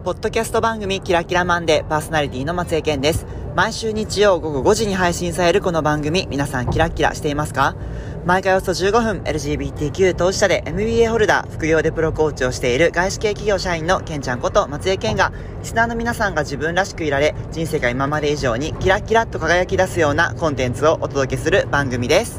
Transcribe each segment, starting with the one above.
ポッドキャスト番組キラキラマンデーパーソナリティの松江健です。毎週日曜午後5時に配信されるこの番組、皆さんキラキラしていますか？毎回およそ15分 LGBTQ 当事者で MBA ホルダー、副業でプロコーチをしている外資系企業社員の健ちゃんこと松江健が、リスナーの皆さんが自分らしくいられ、人生が今まで以上にキラキラと輝き出すようなコンテンツをお届けする番組です。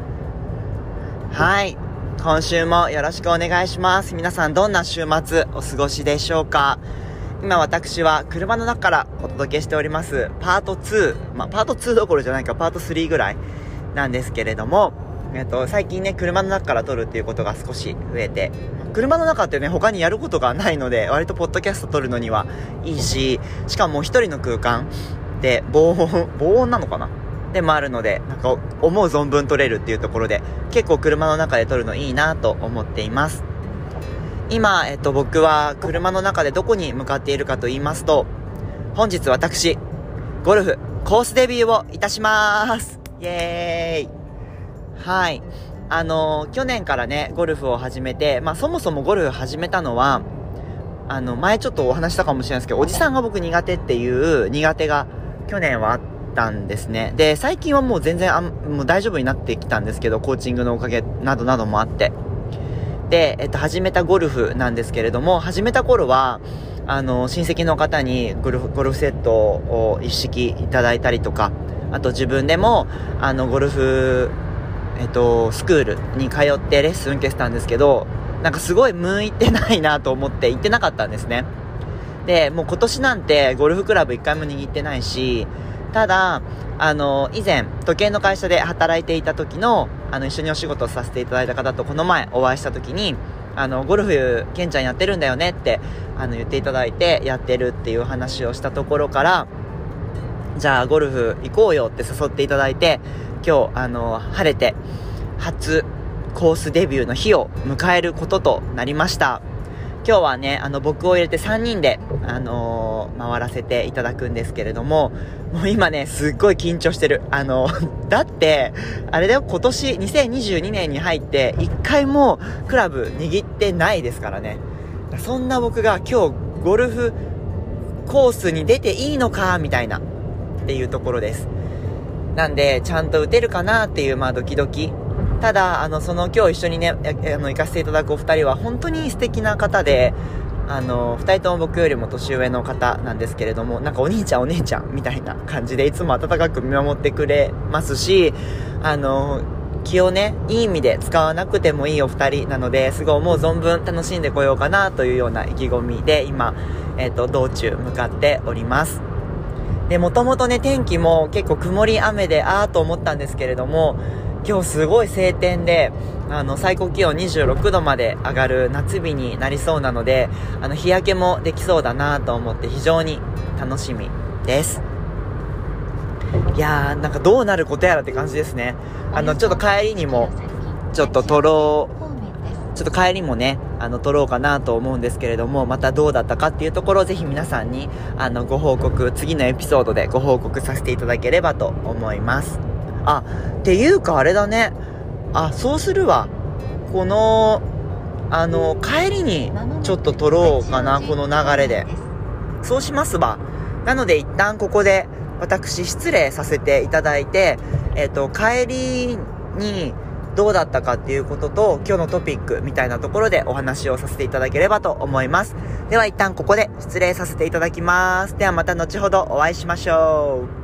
はい、今週もよろしくお願いします。皆さんどんな週末お過ごしでしょうか？今私は車の中からお届けしておりますパート2、パート2どころじゃないかパート3ぐらいなんですけれども、最近ね車の中から撮るっていうことが少し増えて、車の中ってね他にやることがないので割とポッドキャスト撮るのにはいいし、しかも一人の空間で防音なのかなでもあるので、なんか思う存分撮れるっていうところで結構車の中で撮るのいいなと思っています。今、僕は車の中でどこに向かっているかと言いますと、本日私ゴルフコースデビューをいたします。イエーイ。はい、去年からねゴルフを始めて、そもそもゴルフ始めたのは前ちょっとお話したかもしれないですけど、おじさんが僕苦手っていう苦手が去年はあったんですね。で最近はもう全然もう大丈夫になってきたんですけど、コーチングのおかげなどなどもあって、で、始めたゴルフなんですけれども、始めた頃は親戚の方にゴルフセットを一式いただいたりとか、あと自分でもゴルフスクールに通ってレッスン受けてたんですけど、なんかすごい向いてないなと思って行ってなかったんですね。でもう今年なんてゴルフクラブ一回も握ってないし、ただ以前時計の会社で働いていた時の一緒にお仕事をさせていただいた方とこの前お会いした時に、ゴルフケンちゃんやってるんだよねって言っていただいて、やってるっていう話をしたところから、じゃあゴルフ行こうよって誘っていただいて、今日晴れて初コースデビューの日を迎えることとなりました。今日はね僕を入れて3人で回らせていただくんですけれども、もう今ねすっごい緊張してる。だってあれだよ、今年2022年に入って1回もクラブ握ってないですからね。そんな僕が今日ゴルフコースに出ていいのかみたいなっていうところです。なんでちゃんと打てるかなっていうドキドキ。ただその今日一緒にね行かせていただくお二人は本当に素敵な方で、二人とも僕よりも年上の方なんですけれども、なんかお兄ちゃんお姉ちゃんみたいな感じでいつも温かく見守ってくれますし、気をねいい意味で使わなくてもいいお二人なので、すごい思う存分楽しんでこようかなというような意気込みで今、道中向かっております。でもともとね天気も結構曇り雨でと思ったんですけれども、今日すごい晴天で最高気温26度まで上がる夏日になりそうなので、日焼けもできそうだなと思って非常に楽しみです。いやー、なんかどうなることやらって感じですね。ちょっと帰りにもちょっと帰りもね撮ろうかなと思うんですけれども、またどうだったかっていうところをぜひ皆さんにご報告、次のエピソードでご報告させていただければと思います。っていうかあれだね、そうするわ、この帰りにちょっと撮ろうかな、この流れで。そうしますわ。なので一旦ここで私失礼させていただいて、帰りにどうだったかっていうことと今日のトピックみたいなところでお話をさせていただければと思います。では一旦ここで失礼させていただきます。ではまた後ほどお会いしましょう。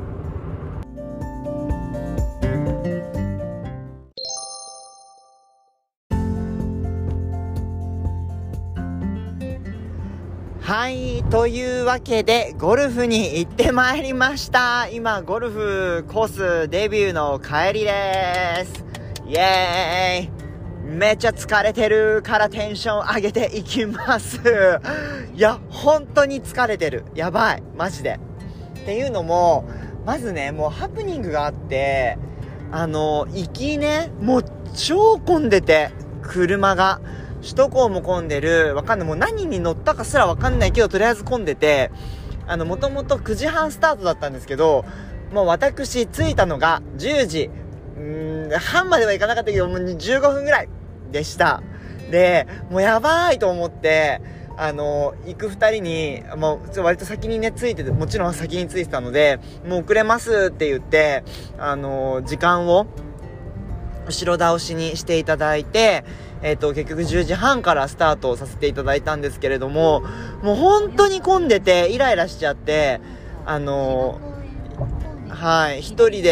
はい、というわけでゴルフに行ってまいりました。今ゴルフコースデビューの帰りです。イエーイ。めっちゃ疲れてるからテンション上げていきます。いや本当に疲れてる、やばいマジで。っていうのもまずねもうハプニングがあって、行きねもう超混んでて、車が首都高も混んでる、わかんない、もう何に乗ったかすらわかんないけどとりあえず混んでて、もともと9時半スタートだったんですけど、もう私着いたのが10時半まではいかなかったけどもう15分ぐらいでした。でもうやばいと思って、 行く二人に、もう、割と先にね、着いてて、もちろん先に着いてたので、もう遅れますって言って、時間を、後ろ倒しにしていただいて、結局10時半からスタートさせていただいたんですけれども、もう本当に混んでて、イライラしちゃって、はい、一人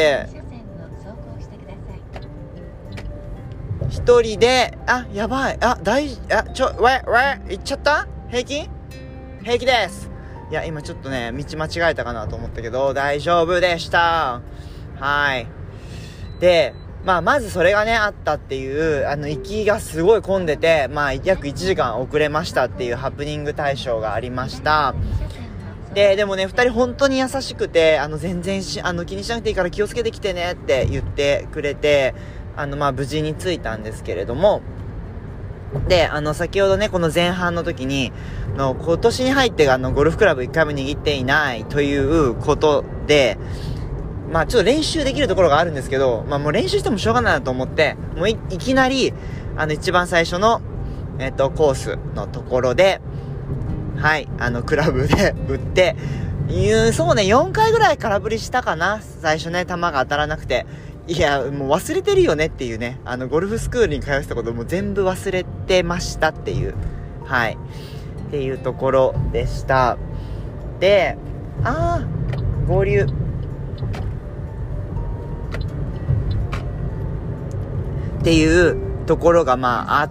で、やばい、行っちゃった？平気です。いや、今ちょっとね、道間違えたかなと思ったけど、大丈夫でした。はい。で、まずそれがね、あったっていう、行きがすごい混んでて、約1時間遅れましたっていうハプニング対象がありました。でもね、二人本当に優しくて、全然気にしなくていいから気をつけてきてねって言ってくれて、無事に着いたんですけれども、で、先ほどね、この前半の時に、今年に入ってゴルフクラブ1回も握っていないということで、ちょっと練習できるところがあるんですけど、もう練習してもしょうがないなと思って、もういきなり、一番最初の、コースのところで、はい、クラブで打って、そうね、4回ぐらい空振りしたかな。最初ね、球が当たらなくて。いや、もう忘れてるよねっていうね、ゴルフスクールに通ってたことも全部忘れてましたっていう、はい、っていうところでした。で、合流。っていうところがあって、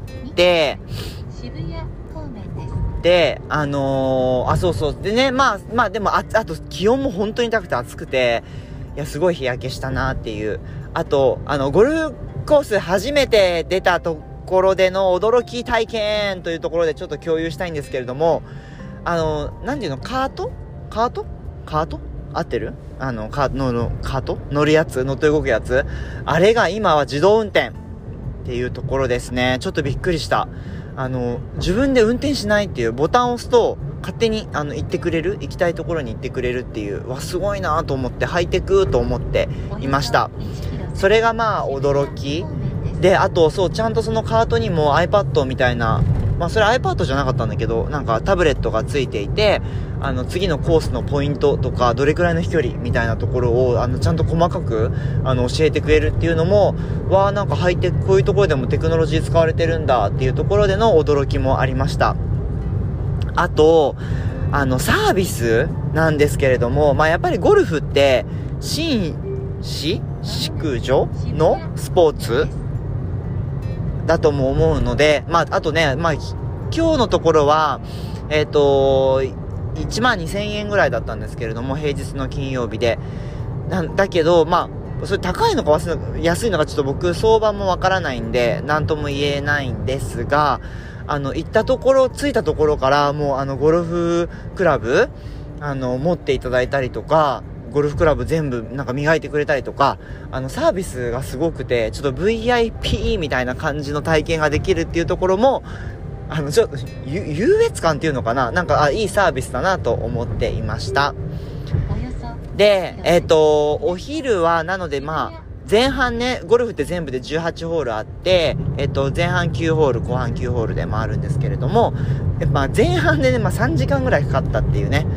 で、そうそう。でね、でも、あと気温も本当に高くて暑くて、いや、すごい日焼けしたなっていう。あと、ゴルフコース初めて出たところでの驚き体験というところでちょっと共有したいんですけれども、なんていうの、カート合ってる？カート乗るやつ、乗って動くやつ、あれが今は自動運転っていうところですね。ちょっとびっくりした。自分で運転しないっていう、ボタンを押すと勝手に行ってくれる、行きたいところに行ってくれるっていう、すごいなと思って、ハイテクと思っていました。それが驚きで、あとそう、ちゃんとそのカートにも iPad みたいな、それ iPad じゃなかったんだけど、なんかタブレットがついていて、次のコースのポイントとか、どれくらいの飛距離みたいなところを、ちゃんと細かく、教えてくれるっていうのも、なんかハイテク、こういうところでもテクノロジー使われてるんだっていうところでの驚きもありました。あと、サービスなんですけれども、やっぱりゴルフって、紳士淑女のスポーツだとも思うので、あとね、今日のところは、12,000円ぐらいだったんですけれども、平日の金曜日で。だけど、それ高いのか安いのかちょっと僕、相場もわからないんで、なんとも言えないんですが、着いたところから、もうゴルフクラブ、持っていただいたりとか、ゴルフクラブ全部なんか磨いてくれたりとか、サービスがすごくて、ちょっと VIP みたいな感じの体験ができるっていうところも、ちょっと、優越感っていうのかな、なんか、いいサービスだなと思っていました。で、お昼は、なので前半ね、ゴルフって全部で18ホールあって、前半9ホール、後半9ホールで回るんですけれども、前半でね、3時間ぐらいかかったっていうね、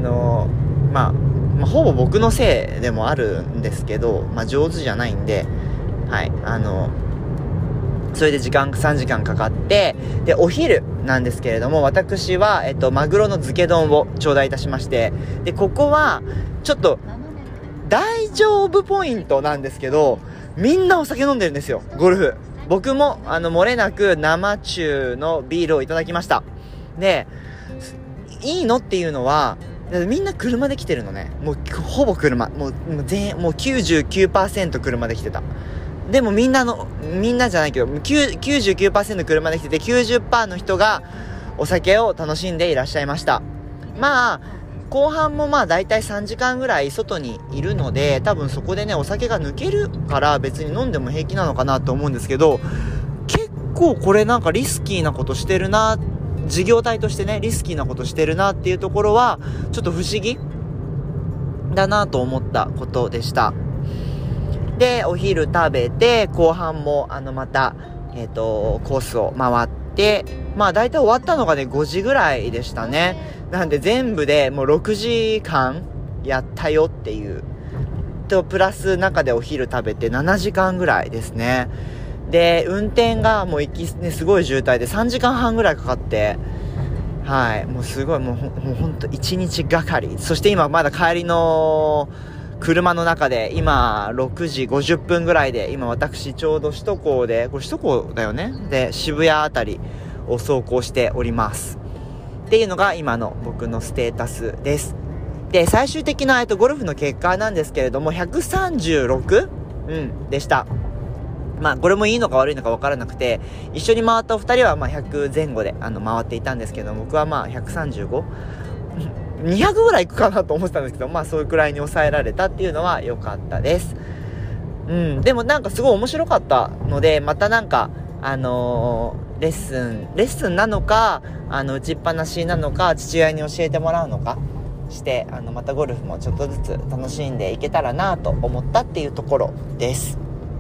ほぼ僕のせいでもあるんですけど、上手じゃないんで、はい、それで3時間かかって、で、お昼なんですけれども、私は、マグロの漬け丼を頂戴いたしまして、で、ここは、ちょっと、大丈夫ポイントなんですけど、みんなお酒飲んでるんですよ、ゴルフ。僕も、漏れなく生中のビールをいただきました。で、いいのっていうのは、みんな車で来てるのね。もう、ほぼ車。もう 99% 車で来てた。でもみんなじゃないけど、99% 車で来てて、90% の人がお酒を楽しんでいらっしゃいました。後半もだいたい3時間ぐらい外にいるので、多分そこでね、お酒が抜けるから別に飲んでも平気なのかなと思うんですけど、結構これなんかリスキーなことしてるな、事業体としてね、リスキーなことしてるなっていうところは、ちょっと不思議だなと思ったことでした。で、お昼食べて、後半もまた、コースを回っで、まあ大体終わったのがね、5時ぐらいでしたね。なんで全部でもう6時間やったよっていう。と、プラス中でお昼食べて7時間ぐらいですね。で、運転がもうすごい渋滞で3時間半ぐらいかかって、はい、もうすごい、もうほんと1日がかり。そして今まだ帰りの車の中で、今6時50分ぐらいで、今私ちょうど首都高で、これ首都高だよね。で、渋谷あたりを走行しております。っていうのが今の僕のステータスです。で、最終的なゴルフの結果なんですけれども、136？ でした。まあ、これもいいのか悪いのか分からなくて、一緒に回ったお二人はまあ100前後で回っていたんですけど、僕はまあ 135？ 200ぐらいいくかなと思ってたんですけど、まあそういうくらいに抑えられたっていうのは良かったです。でもなんかすごい面白かったので、またなんか、レッスンなのか、打ちっぱなしなのか、父親に教えてもらうのかして、またゴルフもちょっとずつ楽しんでいけたらなと思ったっていうところです。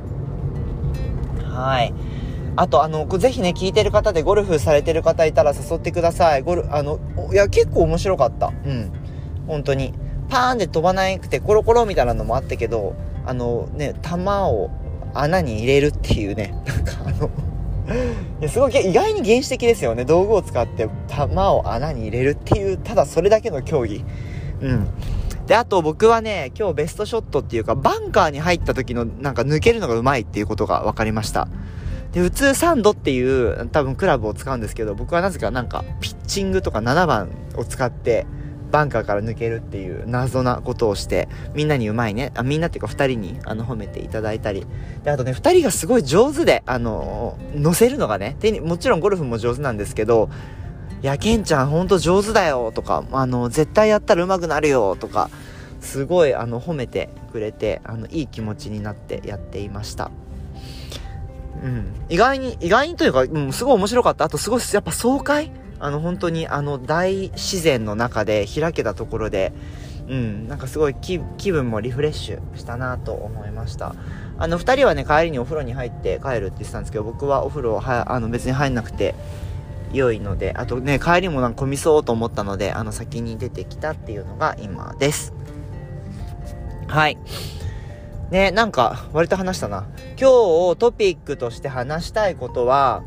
はい。あと、ぜひね、聞いてる方でゴルフされてる方いたら誘ってください。いや、結構面白かった。本当に。パーンで飛ばなくてコロコロみたいなのもあったけど、球を穴に入れるっていうね、いやすごい意外に原始的ですよね。道具を使って球を穴に入れるっていう、ただそれだけの競技。で、あと僕はね、今日ベストショットっていうか、バンカーに入った時のなんか抜けるのがうまいっていうことが分かりました。で、普通サンドっていう多分クラブを使うんですけど、僕はなぜかなんかピッチングとか7番を使ってバンカーから抜けるっていう謎なことをして、みんなにうまいね、みんなっていうか2人に褒めていただいたり、で、あとね、2人がすごい上手で、乗せるのがね、もちろんゴルフも上手なんですけど、いや、ケンちゃんほんと上手だよとか、絶対やったら上手くなるよとか、すごい褒めてくれて、いい気持ちになってやっていました。意外にというか、すごい面白かった。あとすごいやっぱ爽快、本当に大自然の中で開けたところで、なんかすごい気分もリフレッシュしたなと思いました。2人はね、帰りにお風呂に入って帰るって言ってたんですけど、僕はお風呂別に入んなくて良いので、あとね、帰りもなんか混みそうと思ったので、先に出てきたっていうのが今です。はい。ね、なんか割と話したな。今日トピックとして話したいことは、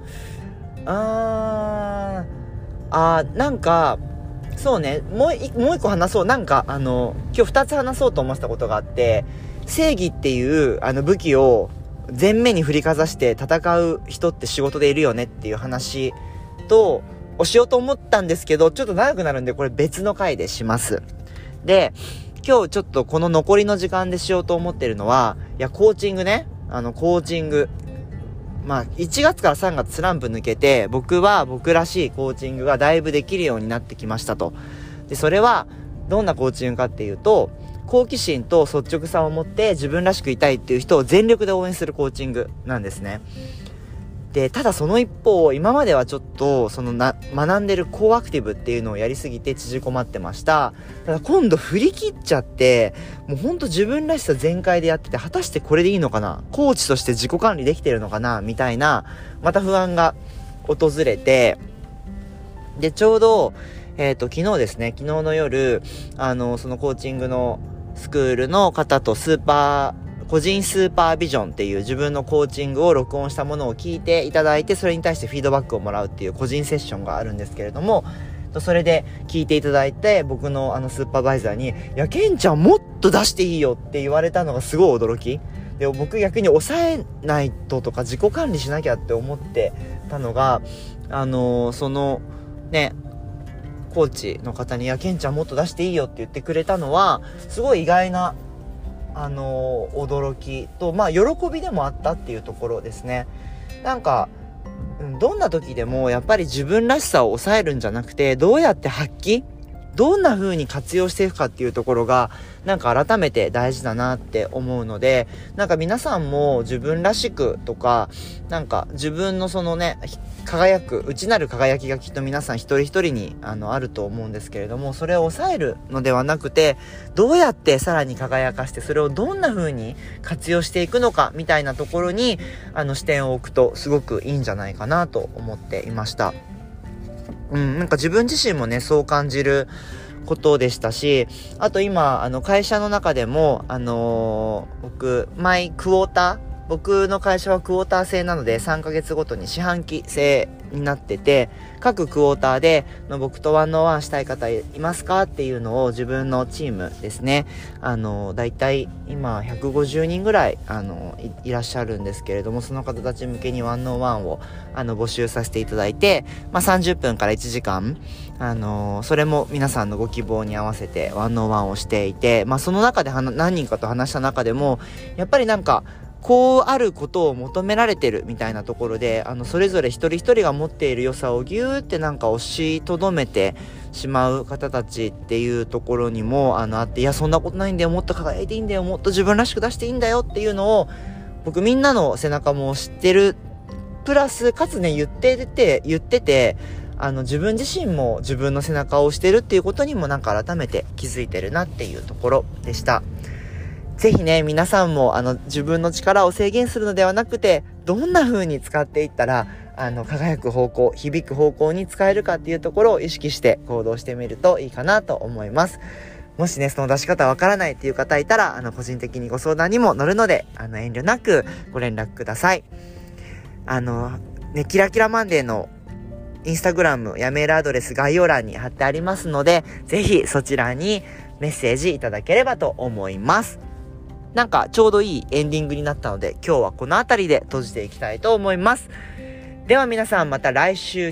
なんかそうね、もう一個話そう。なんか今日2つ話そうと思ってたことがあって、正義っていう武器を前面に振りかざして戦う人って仕事でいるよねっていう話をしようと思ったんですけど、ちょっと長くなるんでこれ別の回でします。で、今日ちょっとこの残りの時間でしようと思ってるのは、コーチングね。コーチング。まあ、1月から3月スランプ抜けて、僕は僕らしいコーチングがだいぶできるようになってきましたと。で、それは、どんなコーチングかっていうと、好奇心と率直さを持って自分らしくいたいっていう人を全力で応援するコーチングなんですね。で、ただその一方、今まではちょっと学んでるコーアクティブっていうのをやりすぎて縮こまってました。ただ今度振り切っちゃって、もうほんと自分らしさ全開でやってて、果たしてこれでいいのかな、コーチとして自己管理できてるのかなみたいな、また不安が訪れて、で、ちょうど昨日ですね、昨日の夜そのコーチングのスクールの方と個人スーパービジョンっていう自分のコーチングを録音したものを聞いていただいて、それに対してフィードバックをもらうっていう個人セッションがあるんですけれども、それで聞いていただいて、僕のスーパーバイザーに、いや、ケンちゃんもっと出していいよって言われたのがすごい驚きで、僕逆に抑えないととか自己管理しなきゃって思ってたのが、そのね、コーチの方に、いや、ケンちゃんもっと出していいよって言ってくれたのはすごい意外な驚きと、喜びでもあったっていうところですね。なんか、どんな時でもやっぱり自分らしさを抑えるんじゃなくて、どうやって発揮どんな風に活用していくかっていうところがなんか改めて大事だなって思うので、なんか皆さんも自分らしくとか、なんか自分のそのね輝く内なる輝きがきっと皆さん一人一人にあると思うんですけれども、それを抑えるのではなくて、どうやってさらに輝かして、それをどんな風に活用していくのかみたいなところに視点を置くとすごくいいんじゃないかなと思っていました。なんか自分自身もねそう感じることでしたし、あと今会社の中でも僕僕の会社はクォーター制なので3ヶ月ごとに四半期制になってて、各クォーターで僕とワンオンワンしたい方いますかっていうのを自分のチームですね、だいたい今150人ぐらいいらっしゃるんですけれども、その方たち向けにワンオンワンを募集させていただいて、30分から1時間それも皆さんのご希望に合わせてワンオンワンをしていて、その中で何人かと話した中でもやっぱりなんかこうあることを求められてるみたいなところで、それぞれ一人一人が持っている良さをギューってなんか押しとどめてしまう方たちっていうところにもあって、いやそんなことないんだよ、もっと輝いていいんだよ、もっと自分らしく出していいんだよっていうのを僕みんなの背中も知ってる、プラスかつね言ってて自分自身も自分の背中を押してるっていうことにもなんか改めて気づいてるなっていうところでした。ぜひね皆さんも自分の力を制限するのではなくて、どんな風に使っていったら輝く方向、響く方向に使えるかっていうところを意識して行動してみるといいかなと思います。もしねその出し方わからないっていう方いたら個人的にご相談にも乗るので遠慮なくご連絡ください。キラキラマンデーのインスタグラムやメールアドレス概要欄に貼ってありますので、ぜひそちらにメッセージいただければと思います。なんかちょうどいいエンディングになったので、今日はこの辺りで閉じていきたいと思います。では皆さんまた来週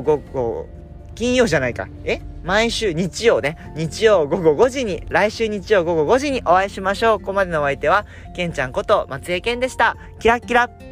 毎週日曜午後5時に、来週日曜午後5時にお会いしましょう。ここまでのお相手はけんちゃんこと松江健でした。キラッキラ。